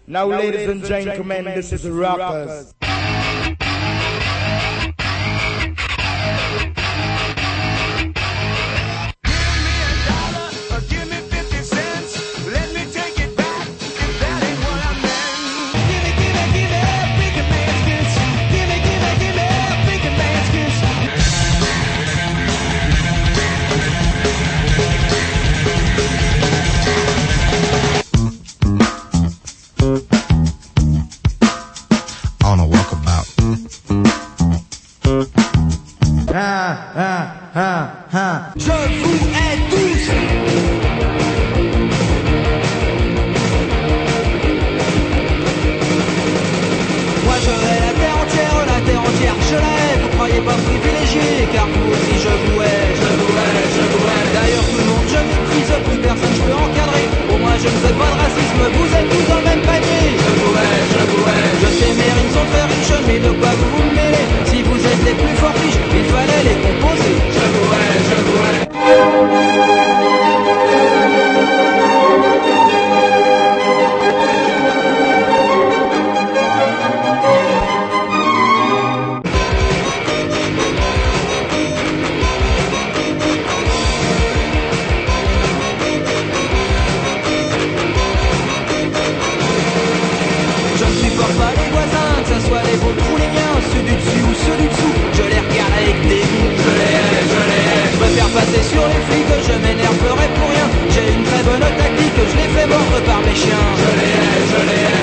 Now, ladies and gentlemen, this is Rockers. Je vous hais tous. Moi je hais la terre entière, je la hais. Vous croyez pas privilégié, car vous aussi je vous hais, je vous hais, je vous hais. D'ailleurs tout le monde je méprise, plus personne je peux encadrer. Au moins je ne fais pas de racisme, vous êtes tous dans le même panier. Je vous hais, je vous hais. Je sais mes rimes sont très riches, mais de quoi vous vous mêlez? Si vous êtes les plus forts riches, il fallait les composer. Je vous hais, je vous hais. Je ne supporte pas les voisins, que ce soit les vôtres ou les miens, ceux du dessus ou ceux du dessous. Je les regarde avec dégoût. Je les hais, je les hais. Je préfère passer sur les flics, je m'énerverai pour rien. J'ai une très bonne tactique, je les fais mordre par mes chiens. Je les hais, je les hais.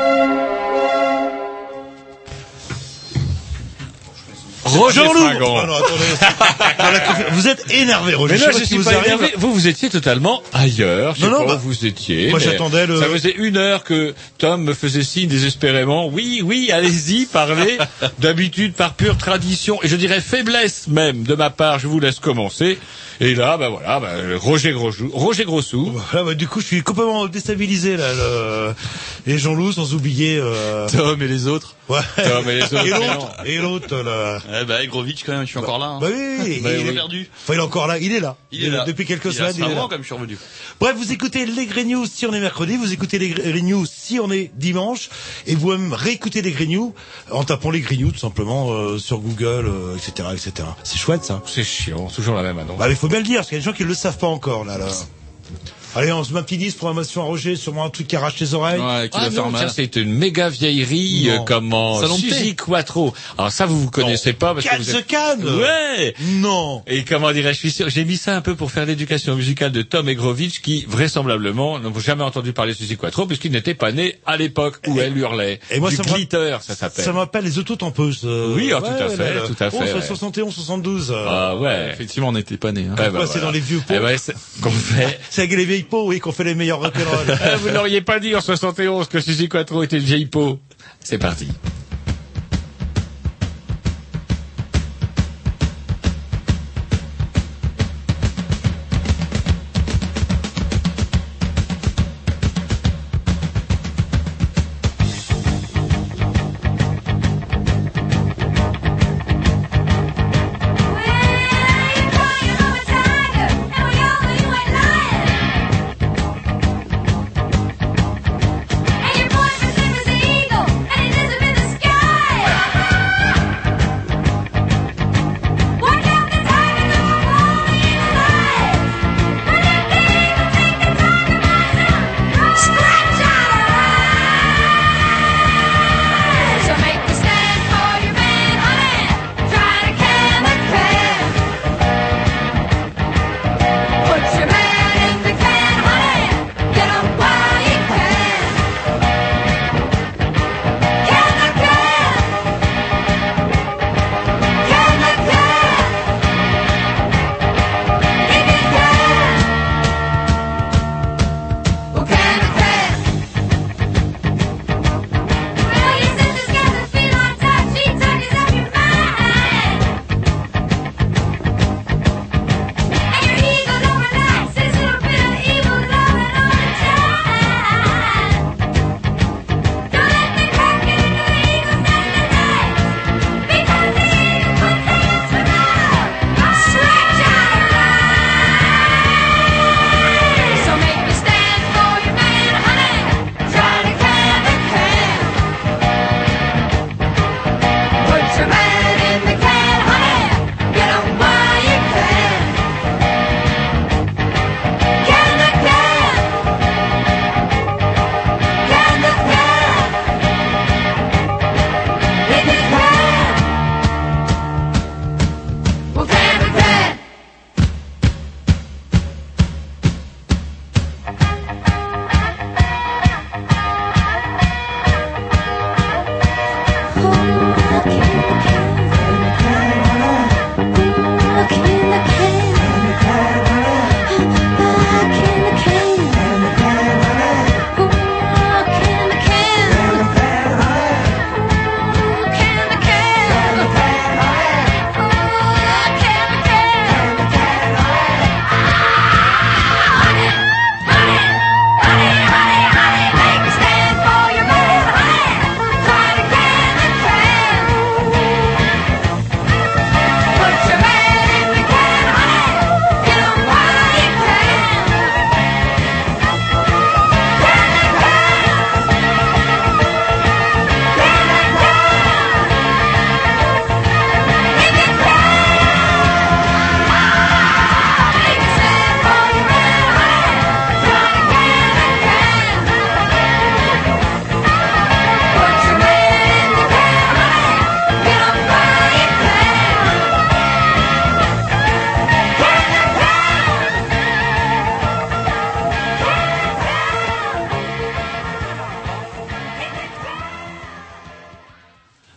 Roger Jean-Loup. Oh non, attendez. Vous êtes énervé, Roger. Mais là, sais je ce qui suis vous pas arrive. énervé. Vous étiez totalement ailleurs. Je sais pas où vous étiez. Moi, mais j'attendais le... Ça faisait 1 heure que Tom me faisait signe désespérément. Oui, oui, allez-y, parlez. D'habitude, par pure tradition, et je dirais faiblesse même de ma part, je vous laisse commencer. Et là, Roger Grossou. Voilà, du coup, je suis complètement déstabilisé, là, et Jean-Loup, sans oublier, Tom et les autres. Ouais. Tom et les autres. Et l'autre, là. Grovitch, quand même, je suis encore là. Hein. Bah oui, il est perdu. Enfin, il est encore là, il est là. Il est là. Depuis quelques semaines, il est là. Comme je suis revenu. Bref, vous écoutez les Grey News si on est mercredi, vous écoutez les News si on est dimanche, et vous même réécoutez les Grey News en tapant les Grey News tout simplement sur Google, etc., etc. C'est chouette ça. C'est chiant, toujours la même annonce. Bah, mais il faut bien le dire, parce qu'il y a des gens qui le savent pas encore là. Allez, on se met un petit 10, programmation à Roger, sûrement un truc qui arrache les oreilles. Ouais, qui va faire mal. C'est une méga vieillerie, Suzy Quattro. Alors ça, vous connaissez pas parce que vous êtes... Cannes. Ouais. Non. Et comment dirais-je, je suis sûr, j'ai mis ça un peu pour faire l'éducation musicale de Tom et Grovitch qui, vraisemblablement, n'ont jamais entendu parler de Suzy Quattro puisqu'ils n'étaient pas nés à l'époque où elle hurlait. Et moi, du ça glitter, ça s'appelle. Ça m'appelle les autotampeuses. Oui, tout à fait. Oh, 71, 72. Ah ouais. Effectivement, on n'était pas nés. Hein. C'est dans les vieux pots. Qu'on fait. C'est avec les vieilles pots, oui, qu'on fait les meilleurs rock'n'roll. Vous n'auriez pas dit en 71 que Suzy Quattro était une vieille peau. C'est parti. And your boyfriend's name is the Eagle, and he lives up in the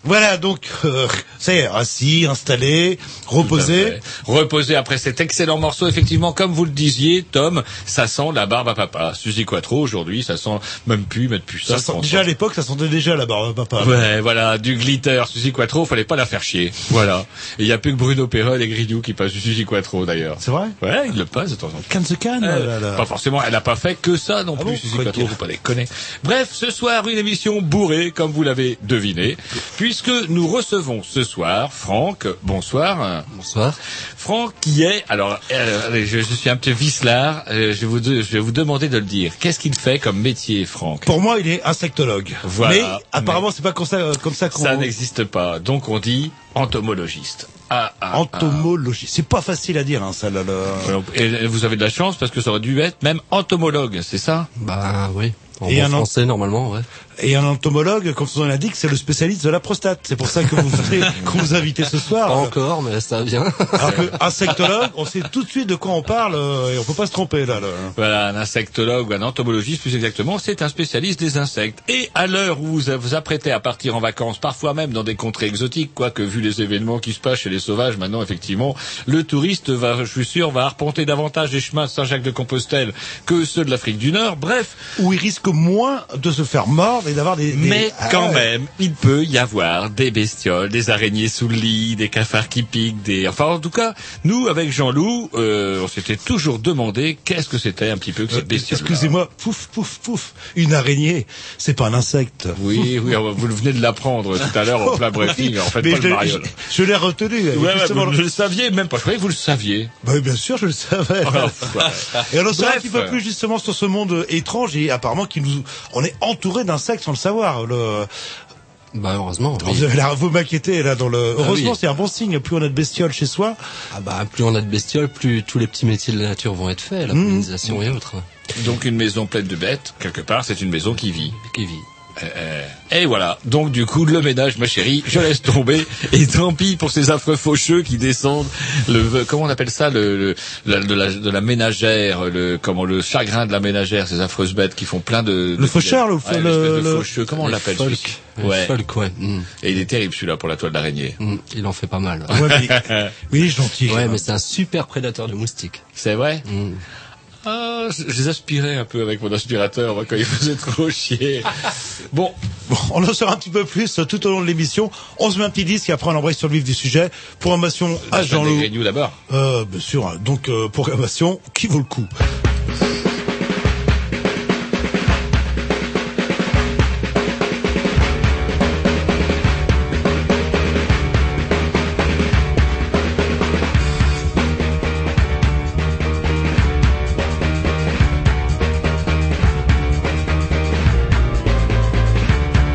Voilà, donc, ça y est, assis, installé, reposé. Reposer après cet excellent morceau. Effectivement, comme vous le disiez, Tom, ça sent la barbe à papa. Suzy Quatro, aujourd'hui, ça sent même plus ça. Déjà à l'époque, ça sentait déjà la barbe à papa. Ouais, voilà, du glitter. Suzy Quatro, fallait pas la faire chier. Voilà. Et il y a plus que Bruno Perrol et Grignou qui passent du Suzy Quatro, d'ailleurs. C'est vrai? Ouais, il le passe, de temps en temps. Can the can, Pas forcément, elle a pas fait que ça non plus, bon, Suzy Quatro, faut pas déconner. Bref, ce soir, une émission bourrée, comme vous l'avez deviné, puisque nous recevons ce soir Franck. Bonsoir. Bonsoir. Franck qui est, alors, je suis un petit vicelard, je vais vous demander de le dire. Qu'est-ce qu'il fait comme métier, Franck? Pour moi, il est insectologue. Voilà. Mais apparemment, c'est pas comme ça qu'on... Ça n'existe pas. Donc on dit entomologiste. Entomologie. C'est pas facile à dire, hein, ça, là. Et vous avez de la chance parce que ça aurait dû être même entomologue, c'est ça? Bah oui. En Et bon un français, normalement, ouais. Et un entomologue, comme son nom l'indique, c'est le spécialiste de la prostate. C'est pour ça que qu'on vous invitez ce soir. Pas encore, mais ça vient. Alors que insectologue, on sait tout de suite de quoi on parle et on peut pas se tromper là. Voilà, un insectologue ou un entomologiste plus exactement, c'est un spécialiste des insectes. Et à l'heure où vous vous apprêtez à partir en vacances, parfois même dans des contrées exotiques, quoique vu les événements qui se passent chez les sauvages, maintenant effectivement, le touriste va, je suis sûr, va arpenter davantage les chemins de Saint-Jacques-de-Compostelle que ceux de l'Afrique du Nord. Bref, où il risque moins de se faire mordre et d'avoir des... Mais quand même, il peut y avoir des bestioles, des araignées sous le lit, des cafards qui piquent, enfin en tout cas, nous avec Jean-Loup, on s'était toujours demandé qu'est-ce que c'était un petit peu que cette bestiole. Excusez-moi, pouf, une araignée, c'est pas un insecte. Oui, vous venez de l'apprendre tout à l'heure en plein briefing, en fait, mais pas le mariole. Je l'ai retenu. Ouais, vous le saviez même pas, je croyais que vous le saviez. Bah, bien sûr, je le savais. Et alors, c'est un petit peu plus justement sur ce monde étrange et apparemment on est entouré d'insectes sans le savoir. Bah heureusement. Oui. Vous avez l'air, vous m'inquiétez là dans le. Heureusement, oui. C'est un bon signe. Plus on a de bestioles chez soi. Ah bah plus on a de bestioles, plus tous les petits métiers de la nature vont être faits, la pollinisation et autres. Donc une maison pleine de bêtes, quelque part, c'est une maison qui vit. Qui vit. Et voilà. Donc du coup, le ménage, ma chérie, je laisse tomber. Et tant pis pour ces affreux faucheux qui descendent. Comment on appelle ça, de la ménagère, le chagrin de la ménagère, ces affreuses bêtes qui font plein de. Le faucheur, le faucheux. Comment on l'appelle? Folk. Ouais. Folk, ouais. Et il est terrible celui-là pour la toile d'araignée. Il en fait pas mal. Ouais, mais il est gentil. Ouais, mais c'est un super prédateur de moustiques. C'est vrai? Ah, je les aspirais un peu avec mon aspirateur quand il faisait trop chier. Bon, on en saura un petit peu plus tout au long de l'émission. On se met un petit disque et après on embraye sur le vif du sujet. Programmation à Jean-Loup. d'abord. Bien sûr. Donc programmation qui vaut le coup.